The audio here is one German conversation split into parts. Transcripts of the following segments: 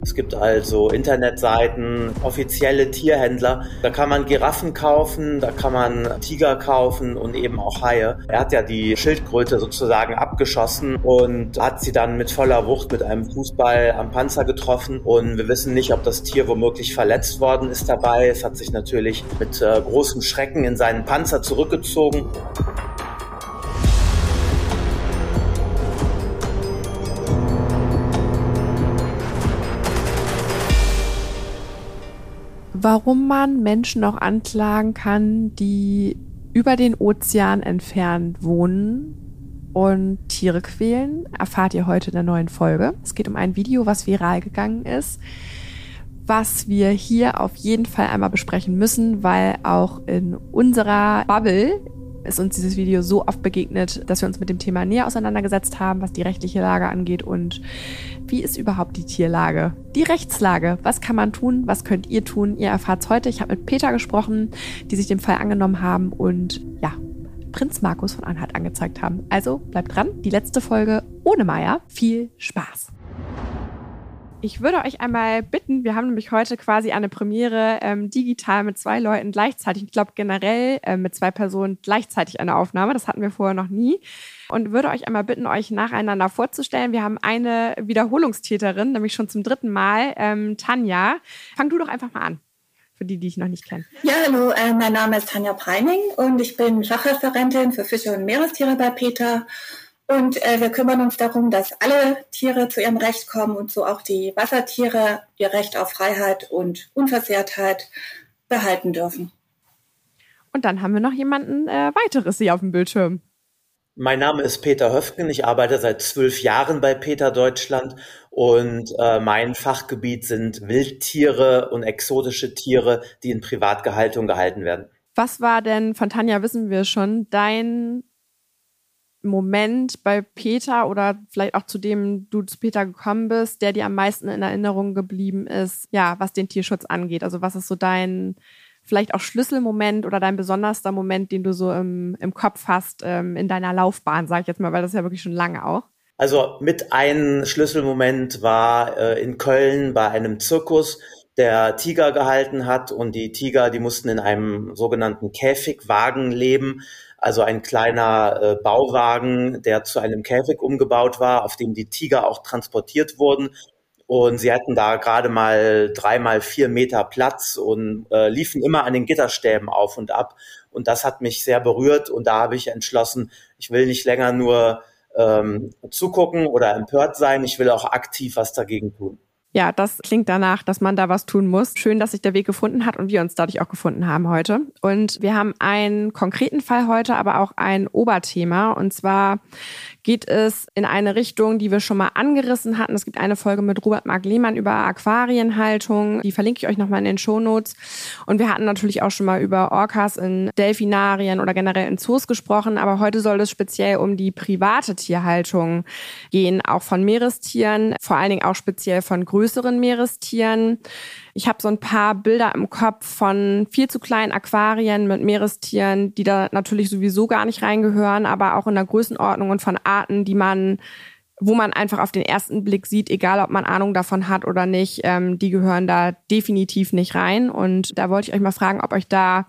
Es gibt also Internetseiten, offizielle Tierhändler. Da kann man Giraffen kaufen, da kann man Tiger kaufen und eben auch Haie. Er hat ja die Schildkröte sozusagen abgeschossen und hat sie dann mit voller Wucht mit einem Fußball am Panzer getroffen. Und wir wissen nicht, ob das Tier womöglich verletzt worden ist dabei. Es hat sich natürlich mit großem Schrecken in seinen Panzer zurückgezogen. Warum man Menschen auch anklagen kann, die über den Ozean entfernt wohnen und Tiere quälen, erfahrt ihr heute in der neuen Folge. Es geht um ein Video, was viral gegangen ist, was wir hier auf jeden Fall einmal besprechen müssen, weil auch in unserer Bubble ist uns dieses Video so oft begegnet, dass wir uns mit dem Thema näher auseinandergesetzt haben, was die rechtliche Lage angeht und wie ist überhaupt die Tierlage, die Rechtslage. Was kann man tun, was könnt ihr tun? Ihr erfahrt es heute. Ich habe mit Peter gesprochen, die sich dem Fall angenommen haben und ja, Prinz Markus von Anhalt angezeigt haben. Also bleibt dran, die letzte Folge ohne Meier. Viel Spaß! Ich würde euch einmal bitten, wir haben nämlich heute quasi eine Premiere digital mit 2 Leuten gleichzeitig. Ich glaube generell mit 2 Personen gleichzeitig eine Aufnahme. Das hatten wir vorher noch nie. Und würde euch einmal bitten, euch nacheinander vorzustellen. Wir haben eine Wiederholungstäterin, nämlich schon zum 3. Mal, Tanja. Fang du doch einfach mal an, für die ich noch nicht kenne. Ja, hallo, mein Name ist Tanja Preining und ich bin Fachreferentin für Fische und Meerestiere bei PETA. Und wir kümmern uns darum, dass alle Tiere zu ihrem Recht kommen und so auch die Wassertiere ihr Recht auf Freiheit und Unversehrtheit behalten dürfen. Und dann haben wir noch jemanden weiteres hier auf dem Bildschirm. Mein Name ist Peter Höfgen. Ich arbeite seit 12 Jahren bei PETA Deutschland und mein Fachgebiet sind Wildtiere und exotische Tiere, die in Privatgehaltung gehalten werden. Was war denn, von Tanja wissen wir schon, dein Moment bei PETA oder vielleicht auch zu dem du zu PETA gekommen bist, der dir am meisten in Erinnerung geblieben ist, ja, was den Tierschutz angeht? Also was ist so dein vielleicht auch Schlüsselmoment oder dein besonderster Moment, den du so im Kopf hast in deiner Laufbahn, sage ich jetzt mal, weil das ist ja wirklich schon lange auch. Also mit einem Schlüsselmoment war in Köln bei einem Zirkus, der Tiger gehalten hat und die Tiger, die mussten in einem sogenannten Käfigwagen leben, also ein kleiner Bauwagen, der zu einem Käfig umgebaut war, auf dem die Tiger auch transportiert wurden. Und sie hatten da gerade mal 3 mal 4 Meter Platz und liefen immer an den Gitterstäben auf und ab. Und das hat mich sehr berührt und da habe ich entschlossen, ich will nicht länger nur zugucken oder empört sein, ich will auch aktiv was dagegen tun. Ja, das klingt danach, dass man da was tun muss. Schön, dass sich der Weg gefunden hat und wir uns dadurch auch gefunden haben heute. Und wir haben einen konkreten Fall heute, aber auch ein Oberthema. Und zwar geht es in eine Richtung, die wir schon mal angerissen hatten. Es gibt eine Folge mit Robert Marc Lehmann über Aquarienhaltung. Die verlinke ich euch nochmal in den Shownotes. Und wir hatten natürlich auch schon mal über Orcas in Delfinarien oder generell in Zoos gesprochen. Aber heute soll es speziell um die private Tierhaltung gehen, auch von Meerestieren, vor allen Dingen auch speziell von größeren Meerestieren. Ich habe so ein paar Bilder im Kopf von viel zu kleinen Aquarien mit Meerestieren, die da natürlich sowieso gar nicht reingehören, aber auch in der Größenordnung und von Arten, wo man einfach auf den ersten Blick sieht, egal ob man Ahnung davon hat oder nicht, die gehören da definitiv nicht rein. Und da wollte ich euch mal fragen, ob euch da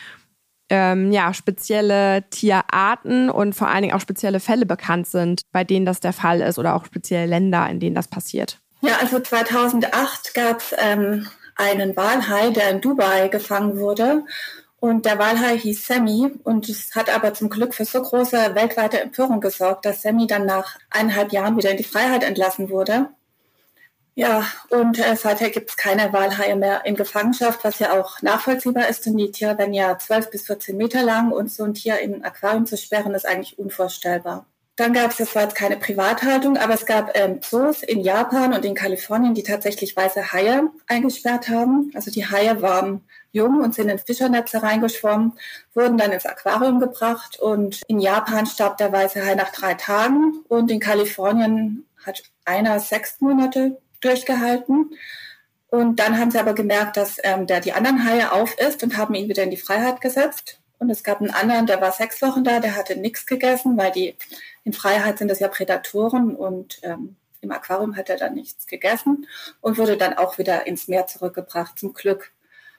spezielle Tierarten und vor allen Dingen auch spezielle Fälle bekannt sind, bei denen das der Fall ist oder auch spezielle Länder, in denen das passiert. Ja, also 2008 gab es einen Walhai, der in Dubai gefangen wurde. Und der Walhai hieß Sammy und es hat aber zum Glück für so große weltweite Empörung gesorgt, dass Sammy dann nach 1,5 Jahren wieder in die Freiheit entlassen wurde. Ja, und seither gibt es keine Walhaie mehr in Gefangenschaft, was ja auch nachvollziehbar ist, denn die Tiere werden ja 12 bis 14 Meter lang und so ein Tier in ein Aquarium zu sperren, ist eigentlich unvorstellbar. Dann gab es, das war jetzt keine Privathaltung, aber es gab Zoos in Japan und in Kalifornien, die tatsächlich weiße Haie eingesperrt haben. Also die Haie waren jung und sind in Fischernetze reingeschwommen, wurden dann ins Aquarium gebracht und in Japan starb der weiße Hai nach 3 Tagen und in Kalifornien hat einer 6 Monate durchgehalten. Und dann haben sie aber gemerkt, dass der die anderen Haie aufisst und haben ihn wieder in die Freiheit gesetzt. Und es gab einen anderen, der war 6 Wochen da, der hatte nichts gegessen, weil die in Freiheit sind das ja Prädatoren und im Aquarium hat er dann nichts gegessen und wurde dann auch wieder ins Meer zurückgebracht, zum Glück.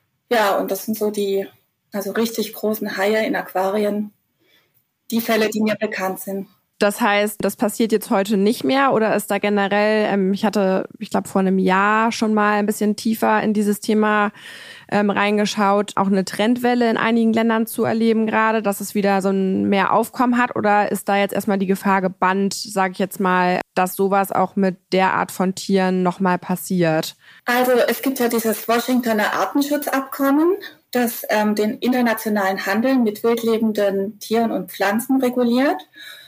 Ja, und das sind so die richtig großen Haie in Aquarien, die Fälle, die mir bekannt sind. Das heißt, das passiert jetzt heute nicht mehr oder ist da generell, ich glaube vor einem Jahr schon mal ein bisschen tiefer in dieses Thema reingeschaut, auch eine Trendwelle in einigen Ländern zu erleben gerade, dass es wieder so ein mehr Aufkommen hat, oder ist da jetzt erstmal die Gefahr gebannt, sage ich jetzt mal, dass sowas auch mit der Art von Tieren nochmal passiert? Also es gibt ja dieses Washingtoner Artenschutzabkommen, das den internationalen Handel mit wildlebenden Tieren und Pflanzen reguliert.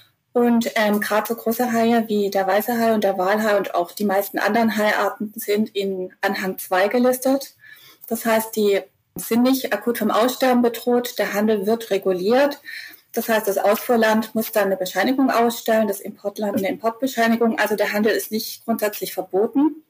Und gerade so große Haie wie der weiße Hai und der Walhai und auch die meisten anderen Haiarten sind in Anhang 2 gelistet. Das heißt, die sind nicht akut vom Aussterben bedroht, der Handel wird reguliert. Das heißt, das Ausfuhrland muss dann eine Bescheinigung ausstellen, das Importland eine Importbescheinigung. Also der Handel ist nicht grundsätzlich verboten.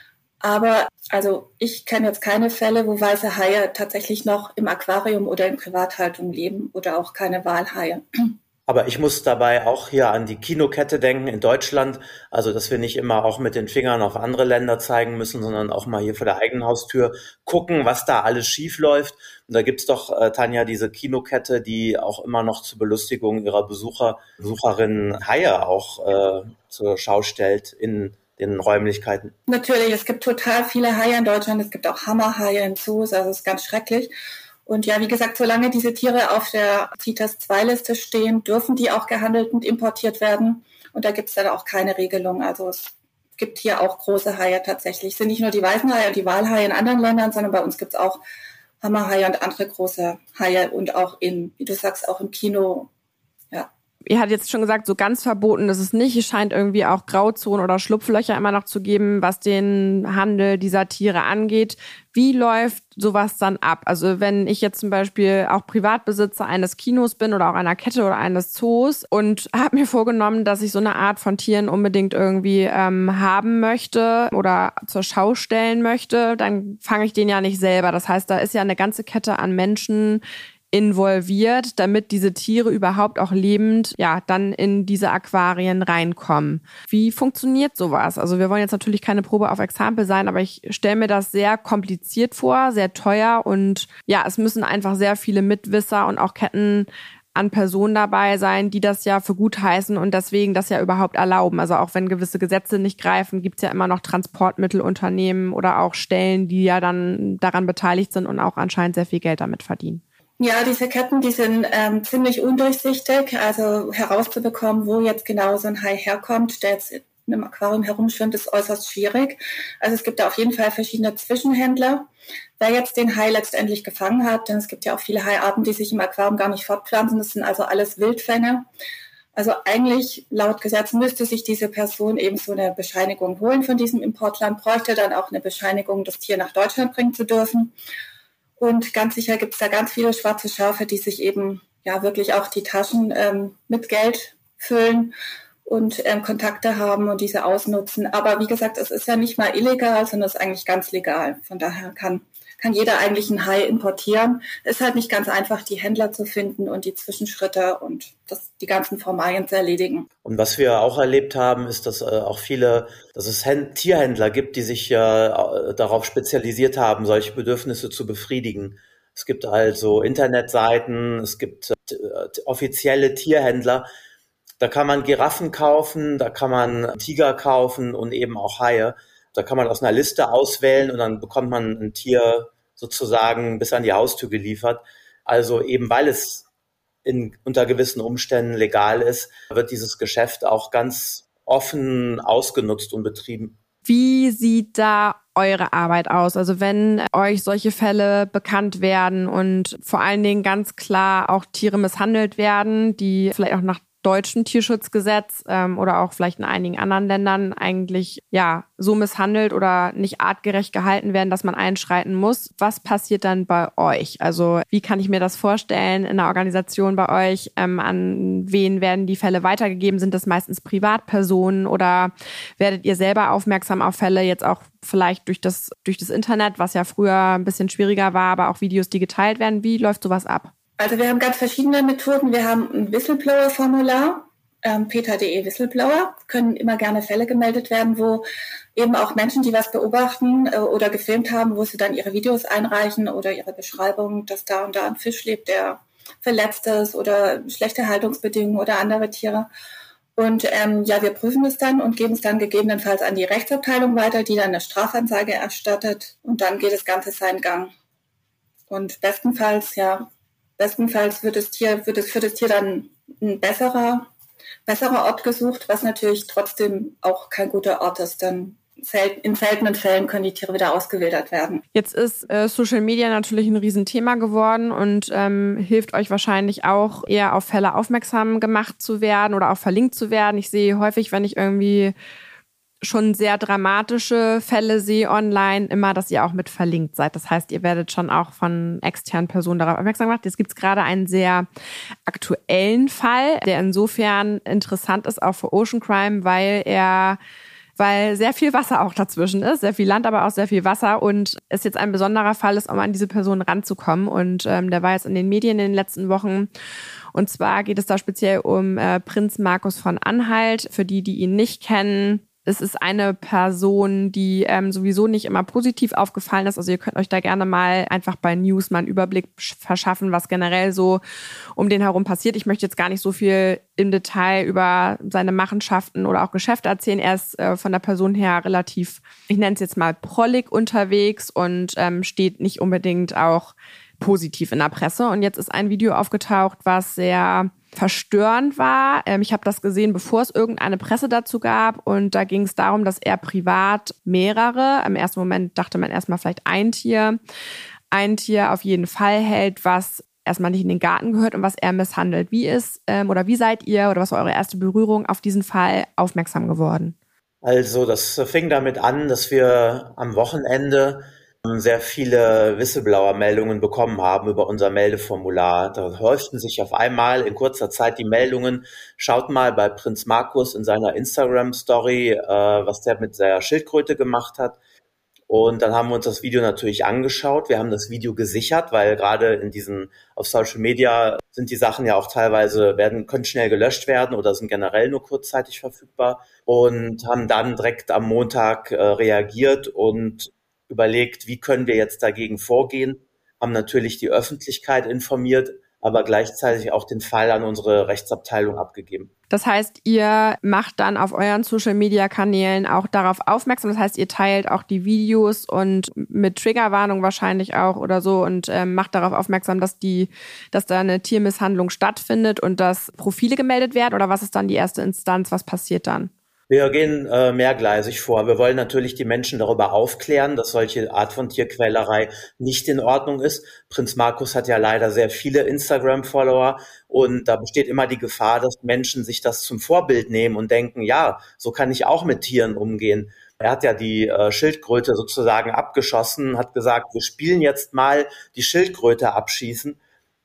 Aber ich kenne jetzt keine Fälle, wo weiße Haie tatsächlich noch im Aquarium oder in Privathaltung leben oder auch keine Walhaie. Aber ich muss dabei auch hier an die Kinokette denken in Deutschland. Also, dass wir nicht immer auch mit den Fingern auf andere Länder zeigen müssen, sondern auch mal hier vor der eigenen Haustür gucken, was da alles schief läuft. Und da gibt's doch, Tanja, diese Kinokette, die auch immer noch zur Belustigung ihrer Besucherinnen Haie auch zur Schau stellt in den Räumlichkeiten. Natürlich, es gibt total viele Haie in Deutschland. Es gibt auch Hammerhaie in Zoos, also es ist ganz schrecklich. Und ja, wie gesagt, solange diese Tiere auf der CITES-2-Liste stehen, dürfen die auch gehandelt und importiert werden. Und da gibt es dann auch keine Regelung. Also es gibt hier auch große Haie tatsächlich. Es sind nicht nur die weißen Haie und die Walhaie in anderen Ländern, sondern bei uns gibt es auch Hammerhaie und andere große Haie und auch wie du sagst, auch im Kino. Ja. Ihr hattet jetzt schon gesagt, so ganz verboten ist es nicht. Es scheint irgendwie auch Grauzonen oder Schlupflöcher immer noch zu geben, was den Handel dieser Tiere angeht. Wie läuft sowas dann ab? Also wenn ich jetzt zum Beispiel auch Privatbesitzer eines Kinos bin oder auch einer Kette oder eines Zoos und habe mir vorgenommen, dass ich so eine Art von Tieren unbedingt irgendwie haben möchte oder zur Schau stellen möchte, dann fange ich den ja nicht selber. Das heißt, da ist ja eine ganze Kette an Menschen involviert, damit diese Tiere überhaupt auch lebend dann in diese Aquarien reinkommen. Wie funktioniert sowas? Also wir wollen jetzt natürlich keine Probe auf Exempel sein, aber ich stelle mir das sehr kompliziert vor, sehr teuer und es müssen einfach sehr viele Mitwisser und auch Ketten an Personen dabei sein, die das ja für gut heißen und deswegen das ja überhaupt erlauben. Also auch wenn gewisse Gesetze nicht greifen, gibt's ja immer noch Transportmittelunternehmen oder auch Stellen, die ja dann daran beteiligt sind und auch anscheinend sehr viel Geld damit verdienen. Ja, diese Ketten, die sind ziemlich undurchsichtig. Also herauszubekommen, wo jetzt genau so ein Hai herkommt, der jetzt in einem Aquarium herumschwimmt, ist äußerst schwierig. Also es gibt da auf jeden Fall verschiedene Zwischenhändler. Wer jetzt den Hai letztendlich gefangen hat, denn es gibt ja auch viele Haiarten, die sich im Aquarium gar nicht fortpflanzen. Das sind also alles Wildfänge. Also eigentlich laut Gesetz müsste sich diese Person eben so eine Bescheinigung holen von diesem Importland, bräuchte dann auch eine Bescheinigung, das Tier nach Deutschland bringen zu dürfen. Und ganz sicher gibt es da ganz viele schwarze Schafe, die sich eben wirklich auch die Taschen mit Geld füllen und Kontakte haben und diese ausnutzen. Aber wie gesagt, es ist ja nicht mal illegal, sondern es ist eigentlich ganz legal. Von daher kann jeder eigentlich einen Hai importieren. Es ist halt nicht ganz einfach, die Händler zu finden und die Zwischenschritte und die ganzen Formalien zu erledigen. Und was wir auch erlebt haben, ist, dass es Tierhändler gibt, die sich darauf spezialisiert haben, solche Bedürfnisse zu befriedigen. Es gibt also Internetseiten, es gibt offizielle Tierhändler. Da kann man Giraffen kaufen, da kann man Tiger kaufen und eben auch Haie. Da kann man aus einer Liste auswählen und dann bekommt man ein Tier sozusagen bis an die Haustür geliefert. Also eben weil es unter gewissen Umständen legal ist, wird dieses Geschäft auch ganz offen ausgenutzt und betrieben. Wie sieht da eure Arbeit aus? Also wenn euch solche Fälle bekannt werden und vor allen Dingen ganz klar auch Tiere misshandelt werden, die vielleicht auch nach deutschen Tierschutzgesetz oder auch vielleicht in einigen anderen Ländern eigentlich so misshandelt oder nicht artgerecht gehalten werden, dass man einschreiten muss. Was passiert dann bei euch? Also wie kann ich mir das vorstellen in der Organisation bei euch? An wen werden die Fälle weitergegeben? Sind das meistens Privatpersonen oder werdet ihr selber aufmerksam auf Fälle jetzt auch vielleicht durch das Internet, was ja früher ein bisschen schwieriger war, aber auch Videos, die geteilt werden? Wie läuft sowas ab? Also wir haben ganz verschiedene Methoden. Wir haben ein Whistleblower-Formular. peter.de Whistleblower, können immer gerne Fälle gemeldet werden, wo eben auch Menschen, die was beobachten oder gefilmt haben, wo sie dann ihre Videos einreichen oder ihre Beschreibung, dass da und da ein Fisch lebt, der verletzt ist oder schlechte Haltungsbedingungen oder andere Tiere. Und wir prüfen es dann und geben es dann gegebenenfalls an die Rechtsabteilung weiter, die dann eine Strafanzeige erstattet und dann geht das Ganze seinen Gang. Und bestenfalls wird für das Tier dann ein besserer Ort gesucht, was natürlich trotzdem auch kein guter Ort ist, denn in seltenen Fällen können die Tiere wieder ausgewildert werden. Jetzt ist Social Media natürlich ein Riesenthema geworden und hilft euch wahrscheinlich auch eher auf Fälle aufmerksam gemacht zu werden oder auch verlinkt zu werden. Ich sehe häufig, wenn ich irgendwie schon sehr dramatische Fälle sehe online, immer, dass ihr auch mit verlinkt seid. Das heißt, ihr werdet schon auch von externen Personen darauf aufmerksam gemacht. Jetzt gibt es gerade einen sehr aktuellen Fall, der insofern interessant ist, auch für Ocean Crime, weil sehr viel Wasser auch dazwischen ist, sehr viel Land, aber auch sehr viel Wasser und es jetzt ein besonderer Fall ist, um an diese Person ranzukommen und der war jetzt in den Medien in den letzten Wochen und zwar geht es da speziell um Prinz Markus von Anhalt. Für die ihn nicht kennen, es ist eine Person, die sowieso nicht immer positiv aufgefallen ist. Also ihr könnt euch da gerne mal einfach bei News mal einen Überblick verschaffen, was generell so um den herum passiert. Ich möchte jetzt gar nicht so viel im Detail über seine Machenschaften oder auch Geschäfte erzählen. Er ist von der Person her relativ, ich nenne es jetzt mal prollig unterwegs und steht nicht unbedingt auch positiv in der Presse. Und jetzt ist ein Video aufgetaucht, was sehr verstörend war. Ich habe das gesehen, bevor es irgendeine Presse dazu gab. Und da ging es darum, dass er privat mehrere, im ersten Moment dachte man erstmal vielleicht ein Tier auf jeden Fall hält, was erstmal nicht in den Garten gehört und was er misshandelt. Wie seid ihr oder was war eure erste Berührung auf diesen Fall aufmerksam geworden? Also das fing damit an, dass wir am Wochenende sehr viele Whistleblower-Meldungen bekommen haben über unser Meldeformular. Da häuften sich auf einmal in kurzer Zeit die Meldungen. Schaut mal bei Prinz Markus in seiner Instagram-Story, was der mit der Schildkröte gemacht hat. Und dann haben wir uns das Video natürlich angeschaut. Wir haben das Video gesichert, weil gerade auf Social Media sind die Sachen ja auch teilweise, können schnell gelöscht werden oder sind generell nur kurzzeitig verfügbar. Und haben dann direkt am Montag reagiert und überlegt, wie können wir jetzt dagegen vorgehen, haben natürlich die Öffentlichkeit informiert, aber gleichzeitig auch den Fall an unsere Rechtsabteilung abgegeben. Das heißt, ihr macht dann auf euren Social-Media-Kanälen auch darauf aufmerksam. Das heißt, ihr teilt auch die Videos und mit Triggerwarnung wahrscheinlich auch oder so und macht darauf aufmerksam, dass da eine Tiermisshandlung stattfindet und dass Profile gemeldet werden. Oder was ist dann die erste Instanz? Was passiert dann? Wir gehen mehrgleisig vor. Wir wollen natürlich die Menschen darüber aufklären, dass solche Art von Tierquälerei nicht in Ordnung ist. Prinz Markus hat ja leider sehr viele Instagram-Follower und da besteht immer die Gefahr, dass Menschen sich das zum Vorbild nehmen und denken, ja, so kann ich auch mit Tieren umgehen. Er hat ja die Schildkröte sozusagen abgeschossen, hat gesagt, wir spielen jetzt mal die Schildkröte abschießen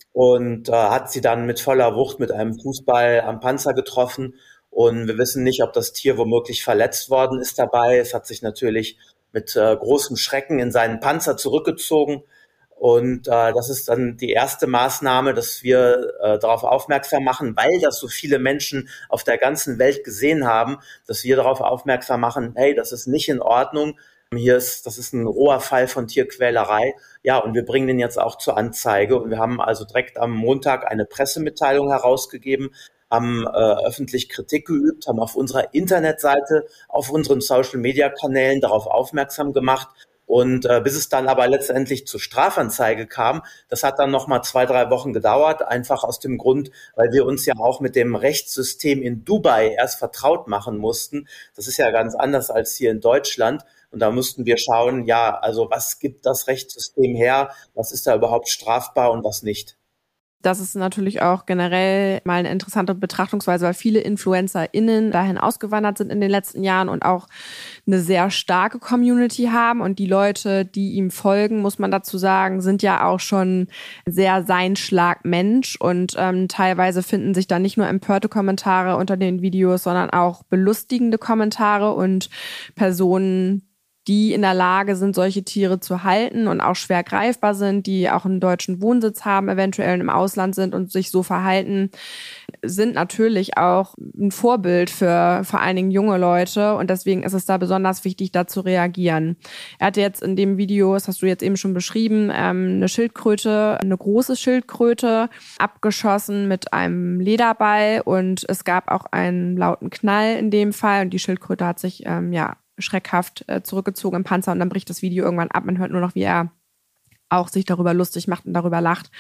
und hat sie dann mit voller Wucht mit einem Fußball am Panzer getroffen. Und wir wissen nicht, ob das Tier womöglich verletzt worden ist dabei. Es hat sich natürlich mit großem Schrecken in seinen Panzer zurückgezogen. Und das ist dann die erste Maßnahme, dass wir darauf aufmerksam machen, weil das so viele Menschen auf der ganzen Welt gesehen haben, dass wir darauf aufmerksam machen, hey, das ist nicht in Ordnung. Das ist ein roher Fall von Tierquälerei. Ja, und wir bringen den jetzt auch zur Anzeige. Und wir haben also direkt am Montag eine Pressemitteilung herausgegeben, haben öffentlich Kritik geübt, haben auf unserer Internetseite, auf unseren Social-Media-Kanälen darauf aufmerksam gemacht. Und bis es dann aber letztendlich zur Strafanzeige kam, das hat dann nochmal 2-3 Wochen gedauert, einfach aus dem Grund, weil wir uns ja auch mit dem Rechtssystem in Dubai erst vertraut machen mussten. Das ist ja ganz anders als hier in Deutschland. Und da mussten wir schauen, ja, also was gibt das Rechtssystem her, was ist da überhaupt strafbar und was nicht. Das ist natürlich auch generell mal eine interessante Betrachtungsweise, weil viele InfluencerInnen dahin ausgewandert sind in den letzten Jahren und auch eine sehr starke Community haben. Und die Leute, die ihm folgen, muss man dazu sagen, sind ja auch schon sehr sein Schlag Mensch. Und teilweise finden sich da nicht nur empörte Kommentare unter den Videos, sondern auch belustigende Kommentare und Personen, die in der Lage sind, solche Tiere zu halten und auch schwer greifbar sind, die auch einen deutschen Wohnsitz haben, eventuell im Ausland sind und sich so verhalten, sind natürlich auch ein Vorbild für vor allen Dingen junge Leute. Und deswegen ist es da besonders wichtig, da zu reagieren. Er hatte jetzt in dem Video, das hast du jetzt eben schon beschrieben, eine Schildkröte, eine große Schildkröte abgeschossen mit einem Lederball. Und es gab auch einen lauten Knall in dem Fall. Und die Schildkröte hat sich schreckhaft zurückgezogen im Panzer und dann bricht das Video irgendwann ab. Man hört nur noch, wie er auch sich darüber lustig macht und darüber lacht.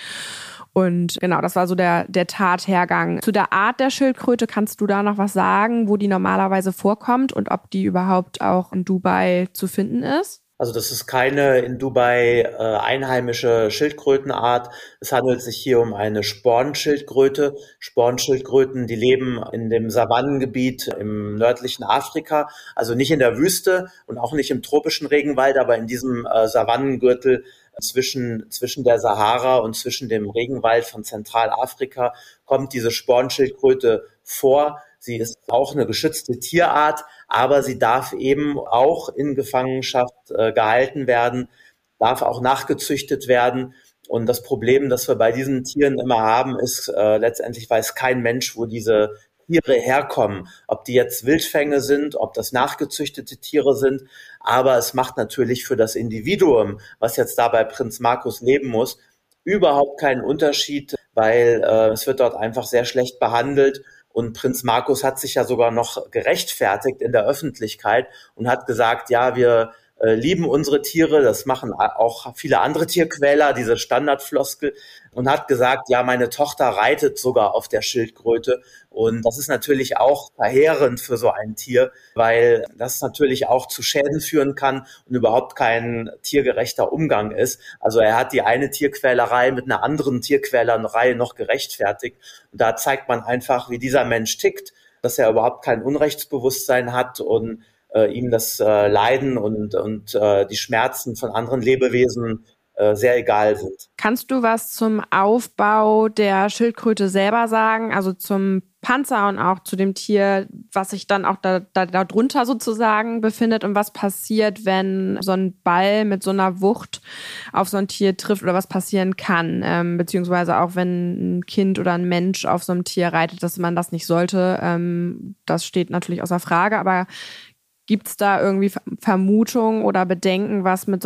Und genau, das war so der Tathergang. Zu der Art der Schildkröte, kannst du da noch was sagen, wo die normalerweise vorkommt und ob die überhaupt auch in Dubai zu finden ist? Also das ist keine in Dubai einheimische Schildkrötenart. Es handelt sich hier um eine Spornschildkröte. Spornschildkröten, die leben in dem Savannengebiet im nördlichen Afrika, also nicht in der Wüste und auch nicht im tropischen Regenwald, aber in diesem Savannengürtel zwischen der Sahara und zwischen dem Regenwald von Zentralafrika kommt diese Spornschildkröte vor. Sie ist auch eine geschützte Tierart, aber sie darf eben auch in Gefangenschaft gehalten werden, darf auch nachgezüchtet werden. Und das Problem, das wir bei diesen Tieren immer haben, ist letztendlich weiß kein Mensch, wo diese Tiere herkommen, ob die jetzt Wildfänge sind, ob das nachgezüchtete Tiere sind. Aber es macht natürlich für das Individuum, was jetzt da bei Prinz Markus leben muss, überhaupt keinen Unterschied, weil es wird dort einfach sehr schlecht behandelt. Und Prinz Markus hat sich ja sogar noch gerechtfertigt in der Öffentlichkeit und hat gesagt, ja, wir lieben unsere Tiere, das machen auch viele andere Tierquäler, diese Standardfloskel, und hat gesagt, ja, meine Tochter reitet sogar auf der Schildkröte. Und das ist natürlich auch verheerend für so ein Tier, weil das natürlich auch zu Schäden führen kann und überhaupt kein tiergerechter Umgang ist. Also er hat die eine Tierquälerei mit einer anderen Tierquälerei noch gerechtfertigt. Und da zeigt man einfach, wie dieser Mensch tickt, dass er überhaupt kein Unrechtsbewusstsein hat und ihm das Leiden und die Schmerzen von anderen Lebewesen sehr egal sind. Kannst du was zum Aufbau der Schildkröte selber sagen, also zum Panzer und auch zu dem Tier, was sich dann auch da drunter sozusagen befindet und was passiert, wenn so ein Ball mit so einer Wucht auf so ein Tier trifft oder was passieren kann, beziehungsweise auch wenn ein Kind oder ein Mensch auf so einem Tier reitet, dass man das nicht sollte, das steht natürlich außer Frage, aber gibt es da irgendwie Vermutungen oder Bedenken, was mit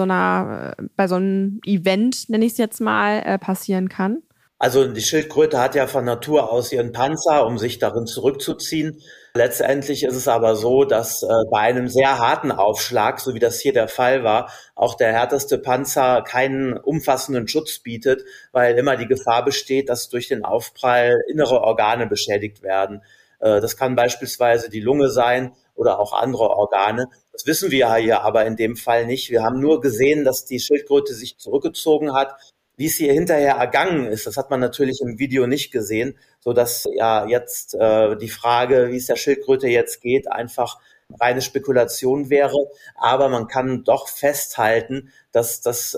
bei so einem Event, nenne ich es jetzt mal, passieren kann? Also die Schildkröte hat ja von Natur aus ihren Panzer, um sich darin zurückzuziehen. Letztendlich ist es aber so, dass bei einem sehr harten Aufschlag, so wie das hier der Fall war, auch der härteste Panzer keinen umfassenden Schutz bietet, weil immer die Gefahr besteht, dass durch den Aufprall innere Organe beschädigt werden. Das kann beispielsweise die Lunge sein oder auch andere Organe. Das wissen wir ja hier aber in dem Fall nicht. Wir haben nur gesehen, dass die Schildkröte sich zurückgezogen hat. Wie es ihr hinterher ergangen ist, das hat man natürlich im Video nicht gesehen, so dass ja jetzt die Frage, wie es der Schildkröte jetzt geht, einfach reine Spekulation wäre. Aber man kann doch festhalten, dass das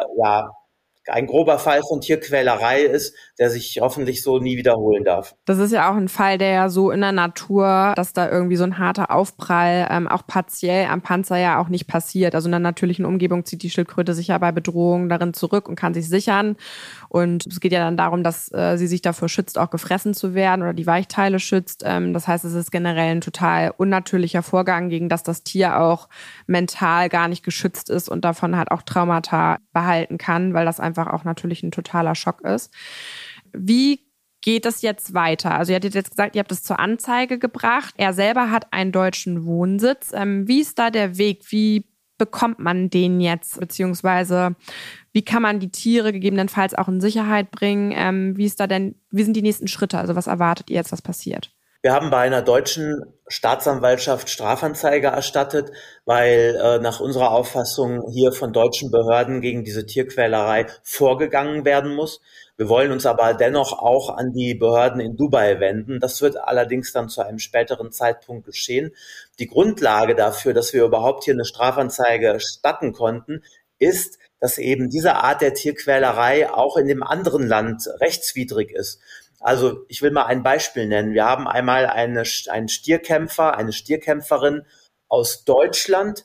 ein grober Fall von Tierquälerei ist, der sich hoffentlich so nie wiederholen darf. Das ist ja auch ein Fall, der ja so in der Natur, dass da irgendwie so ein harter Aufprall auch partiell am Panzer ja auch nicht passiert. Also in der natürlichen Umgebung zieht die Schildkröte sich ja bei Bedrohung darin zurück und kann sich sichern. Und es geht ja dann darum, dass sie sich davor schützt, auch gefressen zu werden oder die Weichteile schützt. Das heißt, es ist generell ein total unnatürlicher Vorgang, gegen das Tier auch mental gar nicht geschützt ist und davon halt auch Traumata behalten kann, weil das einfach auch natürlich ein totaler Schock ist. Wie geht es jetzt weiter? Also ihr hattet jetzt gesagt, ihr habt es zur Anzeige gebracht. Er selber hat einen deutschen Wohnsitz. Wie ist da der Weg? Wie bekommt man den jetzt? Beziehungsweise wie kann man die Tiere gegebenenfalls auch in Sicherheit bringen? Wie sind die nächsten Schritte? Also was erwartet ihr jetzt, was passiert? Wir haben bei einer deutschen Staatsanwaltschaft Strafanzeige erstattet, weil nach unserer Auffassung hier von deutschen Behörden gegen diese Tierquälerei vorgegangen werden muss. Wir wollen uns aber dennoch auch an die Behörden in Dubai wenden. Das wird allerdings dann zu einem späteren Zeitpunkt geschehen. Die Grundlage dafür, dass wir überhaupt hier eine Strafanzeige erstatten konnten, ist, dass eben diese Art der Tierquälerei auch in dem anderen Land rechtswidrig ist. Also ich will mal ein Beispiel nennen. Wir haben einmal einen Stierkämpfer, eine Stierkämpferin aus Deutschland,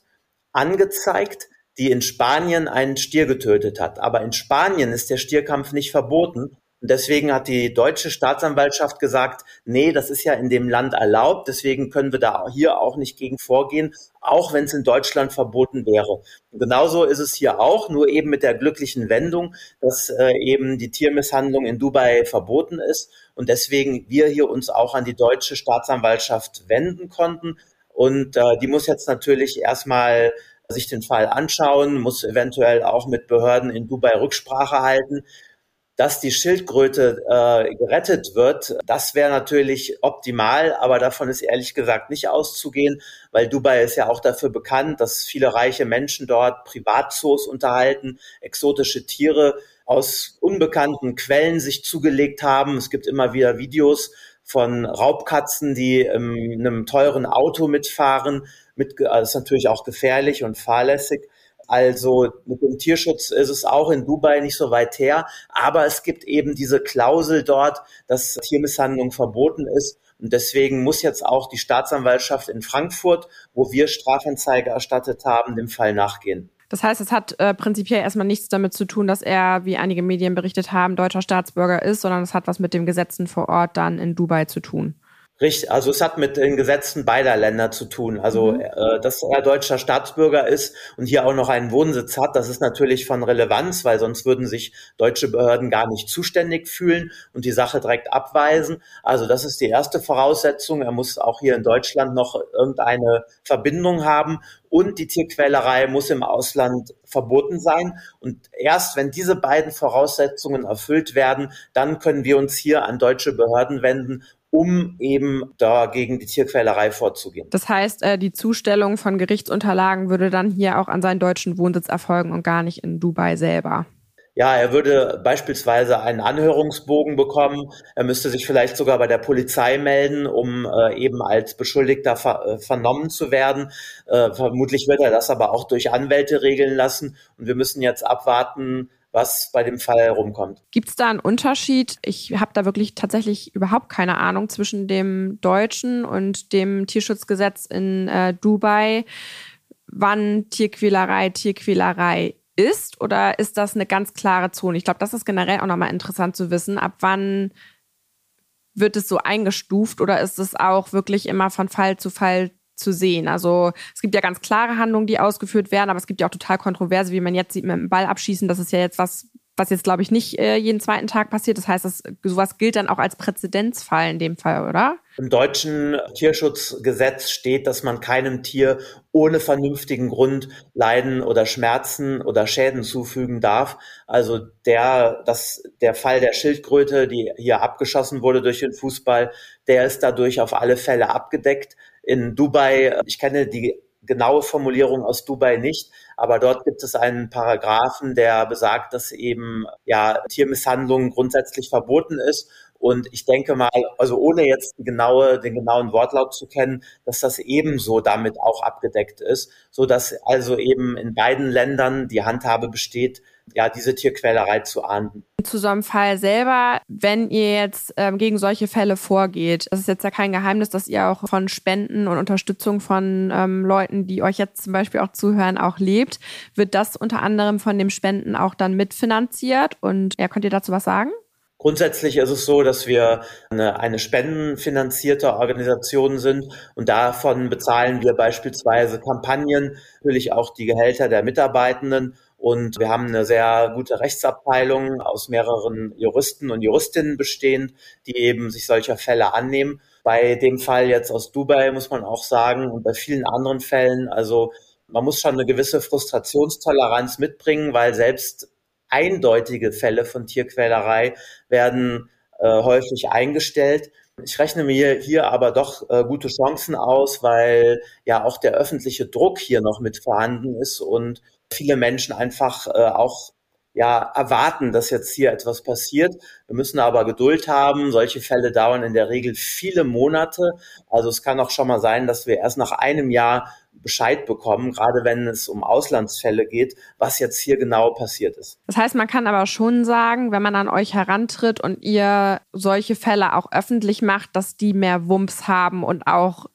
angezeigt, die in Spanien einen Stier getötet hat. Aber in Spanien ist der Stierkampf nicht verboten. Und deswegen hat die deutsche Staatsanwaltschaft gesagt, nee, das ist ja in dem Land erlaubt, deswegen können wir da hier auch nicht gegen vorgehen, auch wenn es in Deutschland verboten wäre. Und genauso ist es hier auch, nur eben mit der glücklichen Wendung, dass eben die Tiermisshandlung in Dubai verboten ist und deswegen wir hier uns auch an die deutsche Staatsanwaltschaft wenden konnten. Und die muss jetzt natürlich erstmal sich den Fall anschauen, muss eventuell auch mit Behörden in Dubai Rücksprache halten. Dass die Schildkröte gerettet wird, das wäre natürlich optimal, aber davon ist ehrlich gesagt nicht auszugehen, weil Dubai ist ja auch dafür bekannt, dass viele reiche Menschen dort Privatzoos unterhalten, exotische Tiere aus unbekannten Quellen sich zugelegt haben. Es gibt immer wieder Videos von Raubkatzen, die in einem teuren Auto mitfahren. Das ist natürlich auch gefährlich und fahrlässig. Also mit dem Tierschutz ist es auch in Dubai nicht so weit her, aber es gibt eben diese Klausel dort, dass Tiermisshandlung verboten ist. Und deswegen muss jetzt auch die Staatsanwaltschaft in Frankfurt, wo wir Strafanzeige erstattet haben, dem Fall nachgehen. Das heißt, es hat prinzipiell erstmal nichts damit zu tun, dass er, wie einige Medien berichtet haben, deutscher Staatsbürger ist, sondern es hat was mit den Gesetzen vor Ort dann in Dubai zu tun. Richtig, also es hat mit den Gesetzen beider Länder zu tun. Also, dass er deutscher Staatsbürger ist und hier auch noch einen Wohnsitz hat, das ist natürlich von Relevanz, weil sonst würden sich deutsche Behörden gar nicht zuständig fühlen und die Sache direkt abweisen. Also das ist die erste Voraussetzung. Er muss auch hier in Deutschland noch irgendeine Verbindung haben und die Tierquälerei muss im Ausland verboten sein. Und erst wenn diese beiden Voraussetzungen erfüllt werden, dann können wir uns hier an deutsche Behörden wenden, um eben dagegen die Tierquälerei vorzugehen. Das heißt, die Zustellung von Gerichtsunterlagen würde dann hier auch an seinen deutschen Wohnsitz erfolgen und gar nicht in Dubai selber. Ja, er würde beispielsweise einen Anhörungsbogen bekommen. Er müsste sich vielleicht sogar bei der Polizei melden, um eben als Beschuldigter vernommen zu werden. Vermutlich wird er das aber auch durch Anwälte regeln lassen. Und wir müssen jetzt abwarten, was bei dem Fall herumkommt. Gibt es da einen Unterschied? Ich habe da wirklich tatsächlich überhaupt keine Ahnung zwischen dem deutschen und dem Tierschutzgesetz in Dubai, wann Tierquälerei ist, oder ist das eine ganz klare Zone? Ich glaube, das ist generell auch nochmal interessant zu wissen. Ab wann wird es so eingestuft oder ist es auch wirklich immer von Fall zu Fall zu sehen? Also es gibt ja ganz klare Handlungen, die ausgeführt werden, aber es gibt ja auch total kontroverse, wie man jetzt sieht mit dem Ball abschießen. Das ist ja jetzt was jetzt, glaube ich, nicht jeden zweiten Tag passiert. Das heißt, sowas gilt dann auch als Präzedenzfall in dem Fall, oder? Im deutschen Tierschutzgesetz steht, dass man keinem Tier ohne vernünftigen Grund Leiden oder Schmerzen oder Schäden zufügen darf. Also der Fall der Schildkröte, die hier abgeschossen wurde durch den Fußball, der ist dadurch auf alle Fälle abgedeckt. In Dubai, ich kenne die genaue Formulierung aus Dubai nicht, aber dort gibt es einen Paragraphen, der besagt, dass eben Tiermisshandlung grundsätzlich verboten ist. Und ich denke mal, also ohne jetzt den genauen Wortlaut zu kennen, dass das ebenso damit auch abgedeckt ist, so dass also eben in beiden Ländern die Handhabe besteht, diese Tierquälerei zu ahnden. Zu so einem Fall selber, wenn ihr jetzt gegen solche Fälle vorgeht, das ist jetzt ja kein Geheimnis, dass ihr auch von Spenden und Unterstützung von Leuten, die euch jetzt zum Beispiel auch zuhören, auch lebt. Wird das unter anderem von dem Spenden auch dann mitfinanziert? Und könnt ihr dazu was sagen? Grundsätzlich ist es so, dass wir eine spendenfinanzierte Organisation sind und davon bezahlen wir beispielsweise Kampagnen, natürlich auch die Gehälter der Mitarbeitenden. Und wir haben eine sehr gute Rechtsabteilung aus mehreren Juristen und Juristinnen bestehend, die eben sich solcher Fälle annehmen. Bei dem Fall jetzt aus Dubai muss man auch sagen und bei vielen anderen Fällen, also man muss schon eine gewisse Frustrationstoleranz mitbringen, weil selbst eindeutige Fälle von Tierquälerei werden häufig eingestellt. Ich rechne mir hier aber doch gute Chancen aus, weil ja auch der öffentliche Druck hier noch mit vorhanden ist und viele Menschen einfach auch erwarten, dass jetzt hier etwas passiert. Wir müssen aber Geduld haben. Solche Fälle dauern in der Regel viele Monate. Also es kann auch schon mal sein, dass wir erst nach einem Jahr Bescheid bekommen, gerade wenn es um Auslandsfälle geht, was jetzt hier genau passiert ist. Das heißt, man kann aber schon sagen, wenn man an euch herantritt und ihr solche Fälle auch öffentlich macht, dass die mehr Wumms haben und auch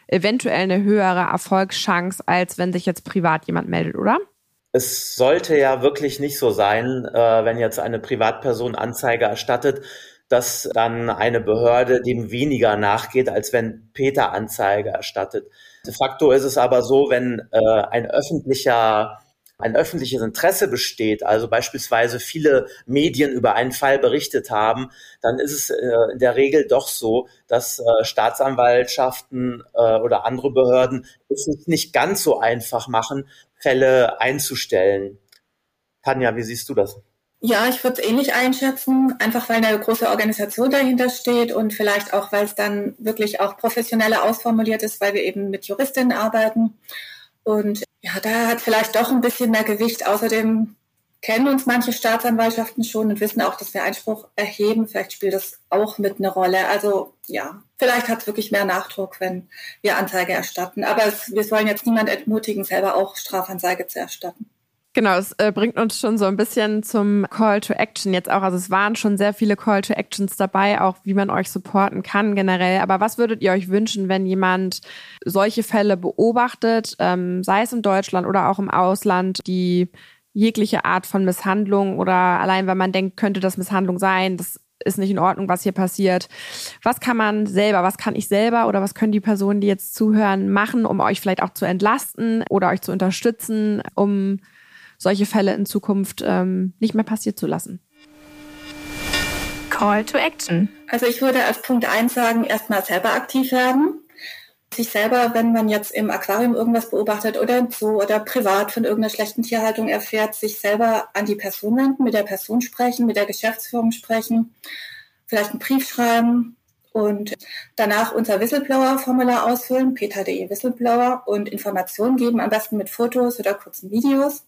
eventuell eine höhere Erfolgschance, als wenn sich jetzt privat jemand meldet, oder? Es sollte ja wirklich nicht so sein, wenn jetzt eine Privatperson Anzeige erstattet, dass dann eine Behörde dem weniger nachgeht, als wenn Peter Anzeige erstattet. De facto ist es aber so, wenn ein öffentliches Interesse besteht, also beispielsweise viele Medien über einen Fall berichtet haben, dann ist es in der Regel doch so, dass Staatsanwaltschaften oder andere Behörden es sich nicht ganz so einfach machen, Fälle einzustellen. Tanja, wie siehst du das? Ja, ich würde es ähnlich einschätzen, einfach weil eine große Organisation dahinter steht und vielleicht auch, weil es dann wirklich auch professioneller ausformuliert ist, weil wir eben mit Juristinnen arbeiten. Und ja, da hat vielleicht doch ein bisschen mehr Gewicht. Außerdem kennen uns manche Staatsanwaltschaften schon und wissen auch, dass wir Einspruch erheben. Vielleicht spielt das auch mit eine Rolle. Also ja, vielleicht hat es wirklich mehr Nachdruck, wenn wir Anzeige erstatten. Aber wir sollen jetzt niemand entmutigen, selber auch Strafanzeige zu erstatten. Genau, es bringt uns schon so ein bisschen zum Call to Action jetzt auch. Also es waren schon sehr viele Call to Actions dabei, auch wie man euch supporten kann generell. Aber was würdet ihr euch wünschen, wenn jemand solche Fälle beobachtet, sei es in Deutschland oder auch im Ausland, die jegliche Art von Misshandlung oder allein, wenn man denkt, könnte das Misshandlung sein, das ist nicht in Ordnung, was hier passiert. Was kann ich selber oder was können die Personen, die jetzt zuhören, machen, um euch vielleicht auch zu entlasten oder euch zu unterstützen, um solche Fälle in Zukunft nicht mehr passieren zu lassen? Call to Action. Also ich würde als Punkt 1 sagen, erstmal selber aktiv werden. Sich selber, wenn man jetzt im Aquarium irgendwas beobachtet oder im Zoo oder privat von irgendeiner schlechten Tierhaltung erfährt, sich selber an die Person wenden, mit der Person sprechen, mit der Geschäftsführung sprechen, vielleicht einen Brief schreiben und danach unser Whistleblower-Formular ausfüllen, peter.de Whistleblower, und Informationen geben, am besten mit Fotos oder kurzen Videos.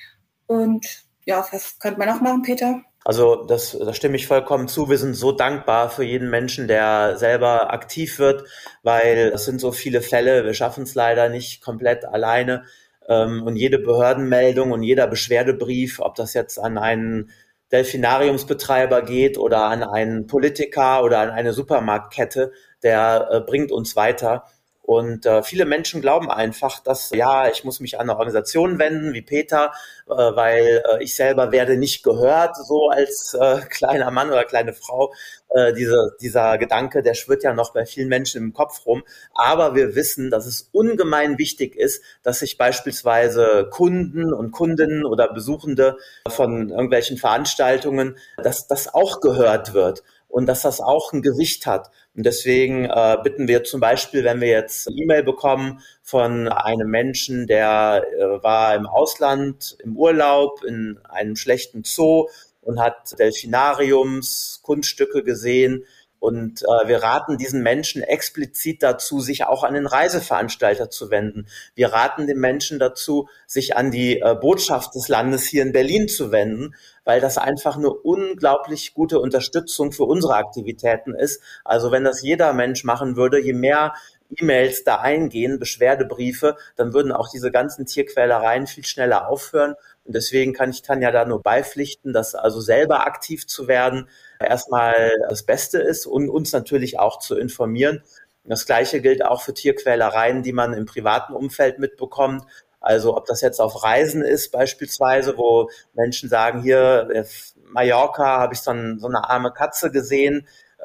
Und ja, was könnte man noch machen, Peter? Also das stimme ich vollkommen zu. Wir sind so dankbar für jeden Menschen, der selber aktiv wird, weil es sind so viele Fälle, wir schaffen es leider nicht komplett alleine. Und jede Behördenmeldung und jeder Beschwerdebrief, ob das jetzt an einen Delfinariumsbetreiber geht oder an einen Politiker oder an eine Supermarktkette, der bringt uns weiter. Und viele Menschen glauben einfach, dass, ja, ich muss mich an eine Organisation wenden, wie Peter, weil ich selber werde nicht gehört, so als kleiner Mann oder kleine Frau. Dieser Gedanke, der schwirrt ja noch bei vielen Menschen im Kopf rum. Aber wir wissen, dass es ungemein wichtig ist, dass sich beispielsweise Kunden und Kundinnen oder Besuchende von irgendwelchen Veranstaltungen, dass das auch gehört wird und dass das auch ein Gewicht hat. Und deswegen bitten wir zum Beispiel, wenn wir jetzt eine E-Mail bekommen von einem Menschen, der war im Ausland im Urlaub in einem schlechten Zoo und hat Delfinariums, Kunststücke gesehen. Und wir raten diesen Menschen explizit dazu, sich auch an den Reiseveranstalter zu wenden. Wir raten den Menschen dazu, sich an die Botschaft des Landes hier in Berlin zu wenden, weil das einfach eine unglaublich gute Unterstützung für unsere Aktivitäten ist. Also wenn das jeder Mensch machen würde, je mehr E-Mails da eingehen, Beschwerdebriefe, dann würden auch diese ganzen Tierquälereien viel schneller aufhören. Und deswegen kann ich Tanja da nur beipflichten, dass also selber aktiv zu werden erstmal das Beste ist und uns natürlich auch zu informieren. Das Gleiche gilt auch für Tierquälereien, die man im privaten Umfeld mitbekommt. Also ob das jetzt auf Reisen ist beispielsweise, wo Menschen sagen, hier Mallorca habe ich so eine arme Katze gesehen,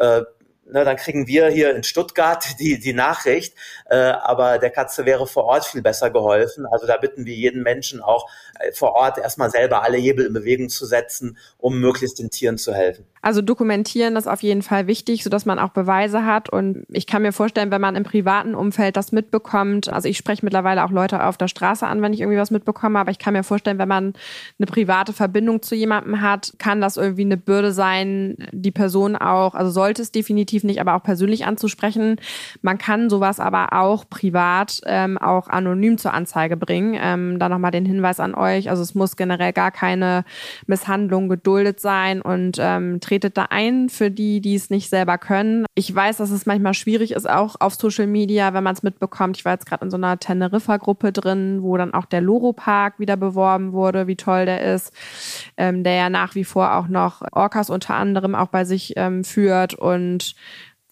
dann kriegen wir hier in Stuttgart die Nachricht, aber der Katze wäre vor Ort viel besser geholfen. Also da bitten wir jeden Menschen auch vor Ort erstmal selber alle Hebel in Bewegung zu setzen, um möglichst den Tieren zu helfen. Also dokumentieren ist auf jeden Fall wichtig, sodass man auch Beweise hat. Und ich kann mir vorstellen, wenn man im privaten Umfeld das mitbekommt, also ich spreche mittlerweile auch Leute auf der Straße an, wenn ich irgendwie was mitbekomme, aber ich kann mir vorstellen, wenn man eine private Verbindung zu jemandem hat, kann das irgendwie eine Bürde sein, die Person auch, also sollte es definitiv nicht, aber auch persönlich anzusprechen. Man kann sowas aber auch privat auch anonym zur Anzeige bringen. Da nochmal den Hinweis an euch, also es muss generell gar keine Misshandlung geduldet sein und tretet da ein für die es nicht selber können. Ich weiß, dass es manchmal schwierig ist, auch auf Social Media, wenn man es mitbekommt. Ich war jetzt gerade in so einer Teneriffa-Gruppe drin, wo dann auch der Loro-Park wieder beworben wurde, wie toll der ist, der ja nach wie vor auch noch Orcas unter anderem auch bei sich führt und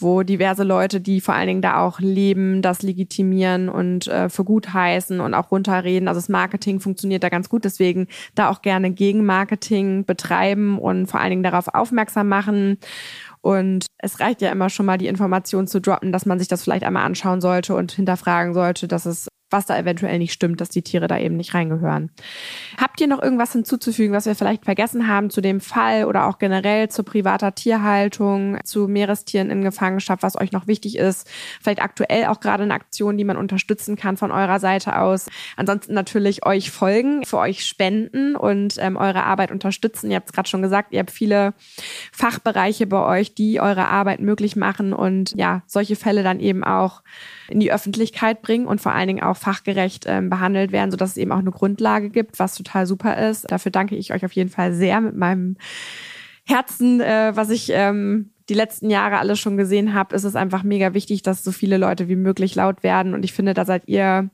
wo diverse Leute, die vor allen Dingen da auch leben, das legitimieren und für gut heißen und auch runterreden. Also das Marketing funktioniert da ganz gut, deswegen da auch gerne Gegenmarketing betreiben und vor allen Dingen darauf aufmerksam machen. Und es reicht ja immer schon mal, die Information zu droppen, dass man sich das vielleicht einmal anschauen sollte und hinterfragen sollte, was da eventuell nicht stimmt, dass die Tiere da eben nicht reingehören. Habt ihr noch irgendwas hinzuzufügen, was wir vielleicht vergessen haben zu dem Fall oder auch generell zu privater Tierhaltung, zu Meerestieren in Gefangenschaft, was euch noch wichtig ist? Vielleicht aktuell auch gerade eine Aktion, die man unterstützen kann von eurer Seite aus. Ansonsten natürlich euch folgen, für euch spenden und eure Arbeit unterstützen. Ihr habt es gerade schon gesagt, ihr habt viele Fachbereiche bei euch, die eure Arbeit möglich machen und ja, solche Fälle dann eben auch in die Öffentlichkeit bringen und vor allen Dingen auch fachgerecht behandelt werden, sodass es eben auch eine Grundlage gibt, was total super ist. Dafür danke ich euch auf jeden Fall sehr mit meinem Herzen, was ich die letzten Jahre alles schon gesehen habe. Ist es einfach mega wichtig, dass so viele Leute wie möglich laut werden. Und ich finde, da seid ihr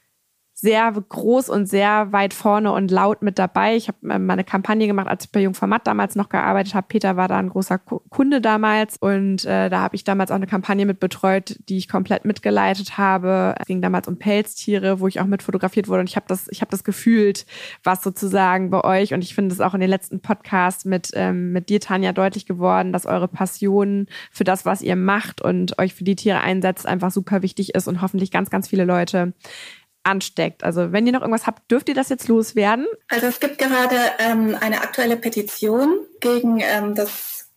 sehr groß und sehr weit vorne und laut mit dabei. Ich habe mal eine Kampagne gemacht, als ich bei Jungformat damals noch gearbeitet habe. Peter war da ein großer Kunde damals und da habe ich damals auch eine Kampagne mit betreut, die ich komplett mitgeleitet habe. Es ging damals um Pelztiere, wo ich auch mit fotografiert wurde und ich habe das gefühlt, was sozusagen bei euch, und ich finde es auch in den letzten Podcasts mit dir, Tanja, deutlich geworden, dass eure Passion für das, was ihr macht und euch für die Tiere einsetzt, einfach super wichtig ist und hoffentlich ganz, ganz viele Leute ansteckt. Also wenn ihr noch irgendwas habt, dürft ihr das jetzt loswerden? Also es gibt gerade eine aktuelle Petition gegen das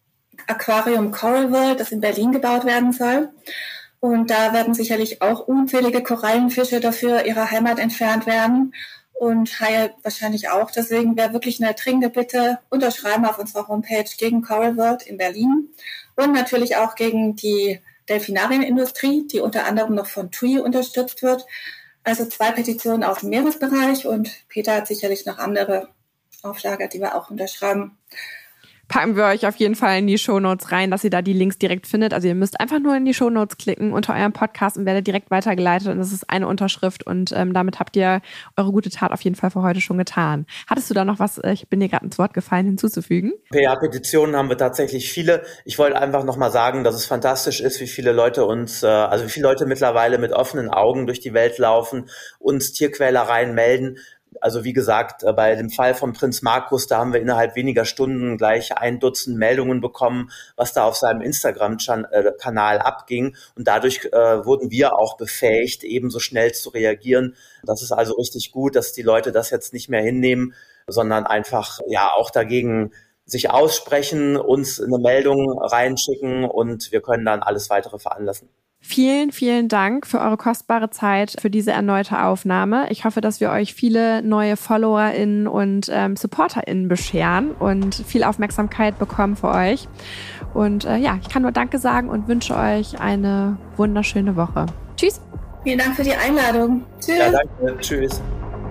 Aquarium Coral World, das in Berlin gebaut werden soll. Und da werden sicherlich auch unzählige Korallenfische dafür ihrer Heimat entfernt werden und Haie wahrscheinlich auch. Deswegen wäre wirklich eine dringende Bitte, unterschreiben auf unserer Homepage gegen Coral World in Berlin und natürlich auch gegen die Delfinarienindustrie, die unter anderem noch von TUI unterstützt wird. Also 2 Petitionen aus dem Meeresbereich und Peter hat sicherlich noch andere Auflager, die wir auch unterschreiben. Packen wir euch auf jeden Fall in die Shownotes rein, dass ihr da die Links direkt findet. Also ihr müsst einfach nur in die Shownotes klicken unter eurem Podcast und werdet direkt weitergeleitet. Und das ist eine Unterschrift und damit habt ihr eure gute Tat auf jeden Fall für heute schon getan. Hattest du da noch was, ich bin dir gerade ins Wort gefallen, hinzuzufügen? Ja, Petitionen haben wir tatsächlich viele. Ich wollte einfach nochmal sagen, dass es fantastisch ist, wie viele Leute wie viele Leute mittlerweile mit offenen Augen durch die Welt laufen, uns Tierquälereien melden. Also wie gesagt, bei dem Fall von Prinz Markus, da haben wir innerhalb weniger Stunden gleich 1 Dutzend Meldungen bekommen, was da auf seinem Instagram-Kanal abging. Und dadurch wurden wir auch befähigt, ebenso schnell zu reagieren. Das ist also richtig gut, dass die Leute das jetzt nicht mehr hinnehmen, sondern einfach ja auch dagegen sich aussprechen, uns eine Meldung reinschicken und wir können dann alles weitere veranlassen. Vielen, vielen Dank für eure kostbare Zeit, für diese erneute Aufnahme. Ich hoffe, dass wir euch viele neue FollowerInnen und SupporterInnen bescheren und viel Aufmerksamkeit bekommen für euch. Und ich kann nur Danke sagen und wünsche euch eine wunderschöne Woche. Tschüss. Vielen Dank für die Einladung. Tschüss. Ja, danke. Tschüss.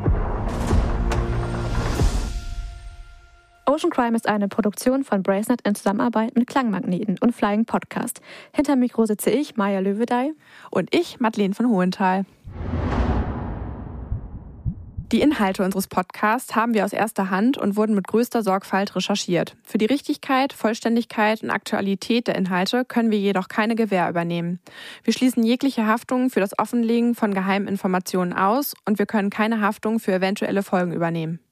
Ocean Crime ist eine Produktion von Bracenet in Zusammenarbeit mit Klangmagneten und Flying Podcast. Hinterm Mikro sitze ich, Maja Löwedey. Und ich, Madeleine von Hohenthal. Die Inhalte unseres Podcasts haben wir aus erster Hand und wurden mit größter Sorgfalt recherchiert. Für die Richtigkeit, Vollständigkeit und Aktualität der Inhalte können wir jedoch keine Gewähr übernehmen. Wir schließen jegliche Haftung für das Offenlegen von geheimen Informationen aus und wir können keine Haftung für eventuelle Folgen übernehmen.